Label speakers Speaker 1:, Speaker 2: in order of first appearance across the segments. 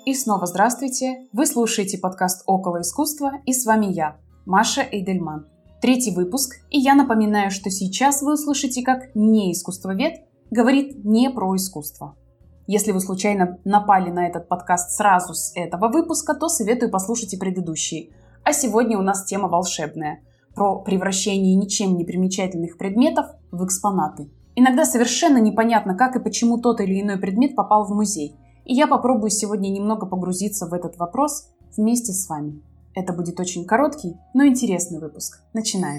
Speaker 1: И снова здравствуйте! Вы слушаете подкаст «Около искусства» и с вами я, Маша Эйдельман. 3-й выпуск, и я напоминаю, что сейчас вы услышите, как неискусствовед говорит не про искусство. Если вы случайно напали на этот подкаст сразу с этого выпуска, то советую послушать и предыдущие. А сегодня у нас тема волшебная – про превращение ничем не примечательных предметов в экспонаты. Иногда совершенно непонятно, как и почему тот или иной предмет попал в музей. И я попробую сегодня немного погрузиться в этот вопрос вместе с вами. Это будет очень короткий, но интересный выпуск. Начинаем.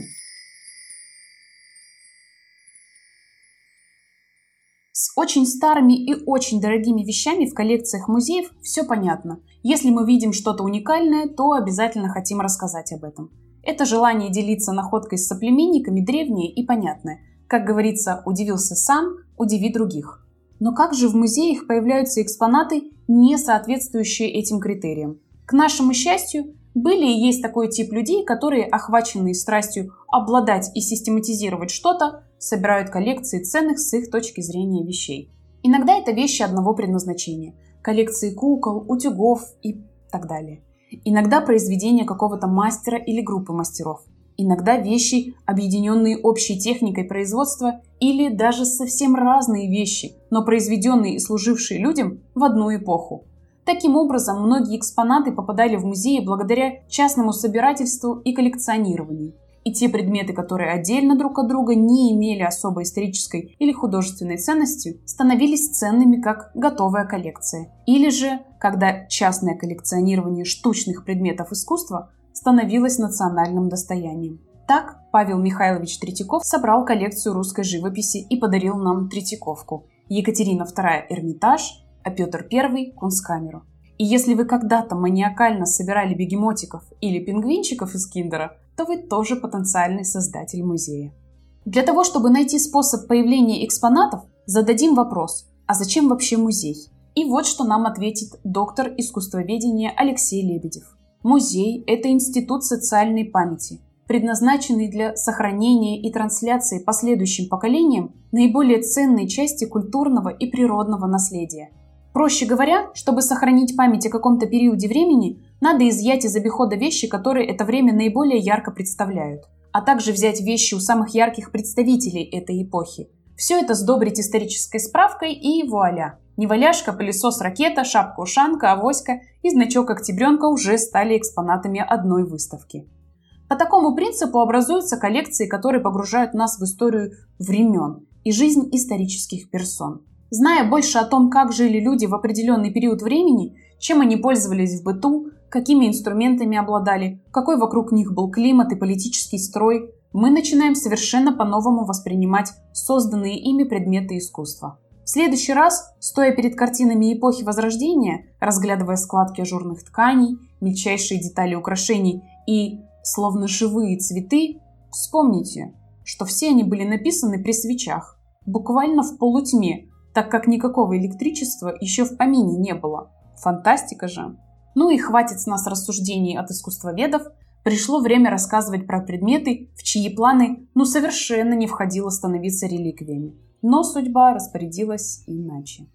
Speaker 1: С очень старыми и очень дорогими вещами в коллекциях музеев все понятно. Если мы видим что-то уникальное, то обязательно хотим рассказать об этом. Это желание делиться находкой с соплеменниками древнее и понятное. Как говорится, удивился сам, удиви других. Но как же в музеях появляются экспонаты, не соответствующие этим критериям? К нашему счастью, были и есть такой тип людей, которые, охваченные страстью обладать и систематизировать что-то, собирают коллекции ценных с их точки зрения вещей. Иногда это вещи одного предназначения – коллекции кукол, утюгов и так далее. Иногда произведения какого-то мастера или группы мастеров. Иногда вещи, объединенные общей техникой производства, или даже совсем разные вещи, но произведенные и служившие людям в одну эпоху. Таким образом, многие экспонаты попадали в музеи благодаря частному собирательству и коллекционированию. И те предметы, которые отдельно друг от друга не имели особой исторической или художественной ценности, становились ценными как готовая коллекция. Или же, когда частное коллекционирование штучных предметов искусства становилось национальным достоянием. Так Павел Михайлович Третьяков собрал коллекцию русской живописи и подарил нам Третьяковку, Екатерина II – Эрмитаж, а Петр I – Кунсткамеру. И если вы когда-то маниакально собирали бегемотиков или пингвинчиков из киндера, то вы тоже потенциальный создатель музея. Для того, чтобы найти способ появления экспонатов, зададим вопрос: а зачем вообще музей? И вот что нам ответит доктор искусствоведения Алексей Лебедев. Музей – это институт социальной памяти, предназначенный для сохранения и трансляции последующим поколениям наиболее ценной части культурного и природного наследия. Проще говоря, чтобы сохранить память о каком-то периоде времени, надо изъять из обихода вещи, которые это время наиболее ярко представляют, а также взять вещи у самых ярких представителей этой эпохи. Все это сдобрить исторической справкой и вуаля! Неваляшка, пылесос-ракета, шапка-ушанка, авоська и значок октябренка уже стали экспонатами одной выставки. По такому принципу образуются коллекции, которые погружают нас в историю времен и жизнь исторических персон. Зная больше о том, как жили люди в определенный период времени, чем они пользовались в быту, какими инструментами обладали, какой вокруг них был климат и политический строй, мы начинаем совершенно по-новому воспринимать созданные ими предметы искусства. В следующий раз, стоя перед картинами эпохи Возрождения, разглядывая складки ажурных тканей, мельчайшие детали украшений и, словно живые цветы, вспомните, что все они были написаны при свечах, буквально в полутьме, так как никакого электричества еще в помине не было. Фантастика же! Ну и хватит с нас рассуждений от искусствоведов, пришло время рассказывать про предметы, в чьи планы совершенно не входило становиться реликвиями. Но судьба распорядилась иначе.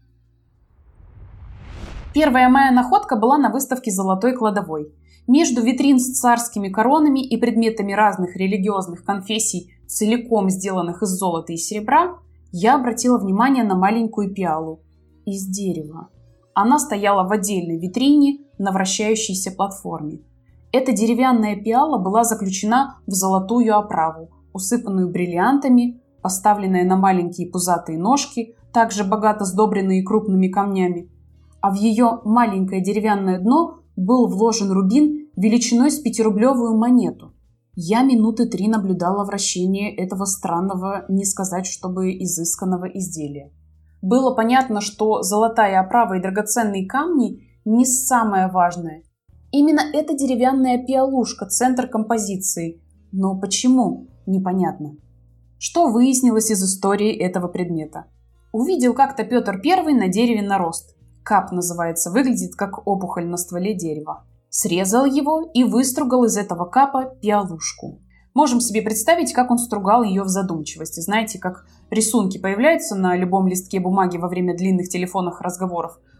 Speaker 1: Первая моя находка была на выставке «Золотой кладовой». Между витрин с царскими коронами и предметами разных религиозных конфессий, целиком сделанных из золота и серебра, я обратила внимание на маленькую пиалу из дерева. Она стояла в отдельной витрине на вращающейся платформе. Эта деревянная пиала была заключена в золотую оправу, усыпанную бриллиантами, поставленная на маленькие пузатые ножки, также богато сдобренные крупными камнями. А в ее маленькое деревянное дно был вложен рубин величиной с 5-рублевую монету. Я минуты 3 наблюдала вращение этого странного, не сказать, чтобы изысканного изделия. Было понятно, что золотая оправа и драгоценные камни не самое важное. Именно эта деревянная пиалушка – центр композиции. Но почему? Непонятно. Что выяснилось из истории этого предмета? Увидел как-то Петр I на дереве нарост. Кап называется, выглядит как опухоль на стволе дерева. Срезал его и выстругал из этого капа пиалушку. Можем себе представить, как он стругал ее в задумчивости. Знаете, как рисунки появляются на любом листке бумаги во время длинных телефонных разговоров.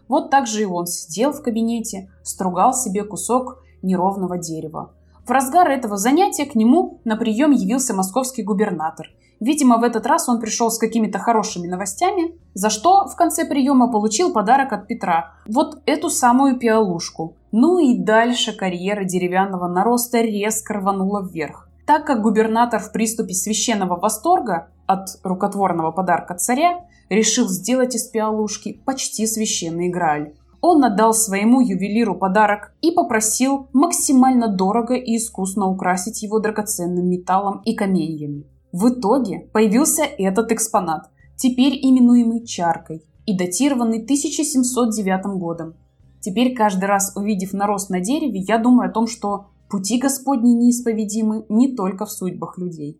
Speaker 1: Вот так же и он сидел в кабинете, стругал себе кусок неровного дерева. В разгар этого занятия к нему на прием явился московский губернатор. Видимо, в этот раз он пришел с какими-то хорошими новостями, за что в конце приема получил подарок от Петра. Вот эту самую пиалушку. Ну и дальше карьера деревянного нароста резко рванула вверх. Так как губернатор в приступе священного восторга от рукотворного подарка царя решил сделать из пиалушки почти священный Грааль. Он отдал своему ювелиру подарок и попросил максимально дорого и искусно украсить его драгоценным металлом и каменьями. В итоге появился этот экспонат, теперь именуемый чаркой и датированный 1709 годом. Теперь каждый раз, увидев нарост на дереве, я думаю о том, что пути Господни неисповедимы не только в судьбах людей.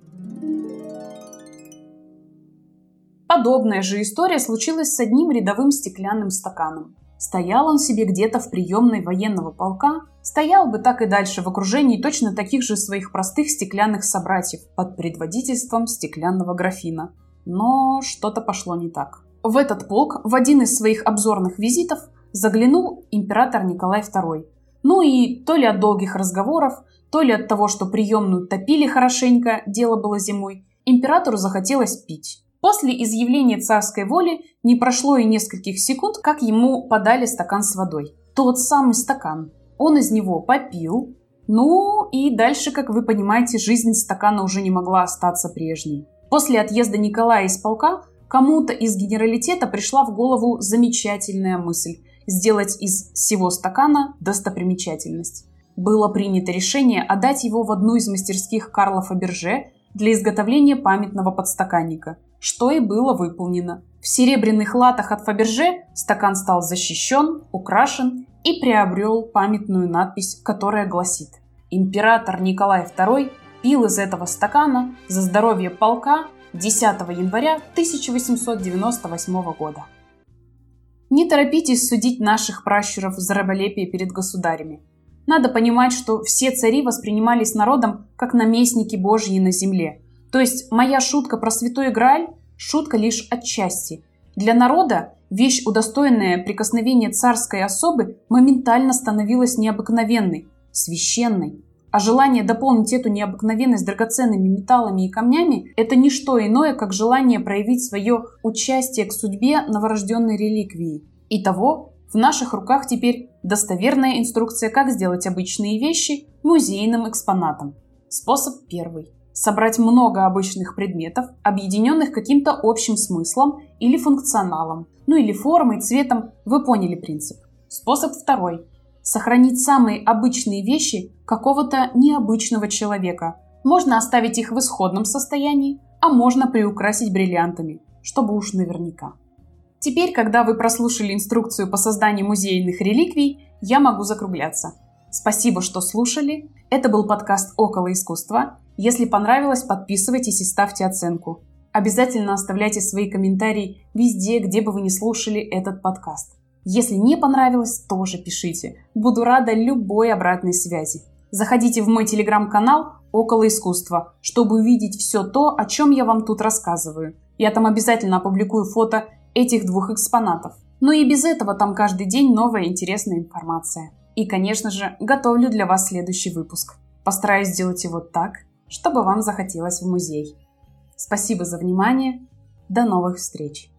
Speaker 1: Подобная же история случилась с одним рядовым стеклянным стаканом. Стоял он себе где-то в приемной военного полка, стоял бы так и дальше в окружении точно таких же своих простых стеклянных собратьев под предводительством стеклянного графина. Но что-то пошло не так. В этот полк в один из своих обзорных визитов заглянул император Николай II. Ну и то ли от долгих разговоров, то ли от того, что приемную топили хорошенько, дело было зимой, императору захотелось пить. После изъявления царской воли не прошло и нескольких секунд, как ему подали стакан с водой. Тот самый стакан. Он из него попил. Ну и дальше, как вы понимаете, жизнь стакана уже не могла остаться прежней. После отъезда Николая из полка кому-то из генералитета пришла в голову замечательная мысль – сделать из всего стакана достопримечательность. Было принято решение отдать его в одну из мастерских Карла Фаберже для изготовления памятного подстаканника, что и было выполнено. В серебряных латах от Фаберже стакан стал защищен, украшен и приобрел памятную надпись, которая гласит: «Император Николай II пил из этого стакана за здоровье полка 10 января 1898 года». Не торопитесь судить наших пращуров за раболепие перед государями. Надо понимать, что все цари воспринимались народом как наместники Божьи на земле. То есть моя шутка про святой Грааль – шутка лишь отчасти. Для народа вещь, удостоенная прикосновения царской особы, моментально становилась необыкновенной, священной. А желание дополнить эту необыкновенность драгоценными металлами и камнями – это не что иное, как желание проявить свое участие к судьбе новорожденной реликвии. Итого, в наших руках теперь достоверная инструкция, как сделать обычные вещи музейным экспонатом. Способ первый. Собрать много обычных предметов, объединенных каким-то общим смыслом или функционалом, ну или формой, цветом, вы поняли принцип. Способ второй. Сохранить самые обычные вещи какого-то необычного человека. Можно оставить их в исходном состоянии, а можно приукрасить бриллиантами, чтобы уж наверняка. Теперь, когда вы прослушали инструкцию по созданию музейных реликвий, я могу закругляться. Спасибо, что слушали. Это был подкаст «Около искусства». Если понравилось, подписывайтесь и ставьте оценку. Обязательно оставляйте свои комментарии везде, где бы вы ни слушали этот подкаст. Если не понравилось, тоже пишите. Буду рада любой обратной связи. Заходите в мой телеграм-канал «Около искусства», чтобы увидеть все то, о чем я вам тут рассказываю. Я там обязательно опубликую фото этих двух экспонатов. Но и без этого там каждый день новая интересная информация. И, конечно же, готовлю для вас следующий выпуск. Постараюсь сделать его так, чтобы вам захотелось в музей. Спасибо за внимание. До новых встреч!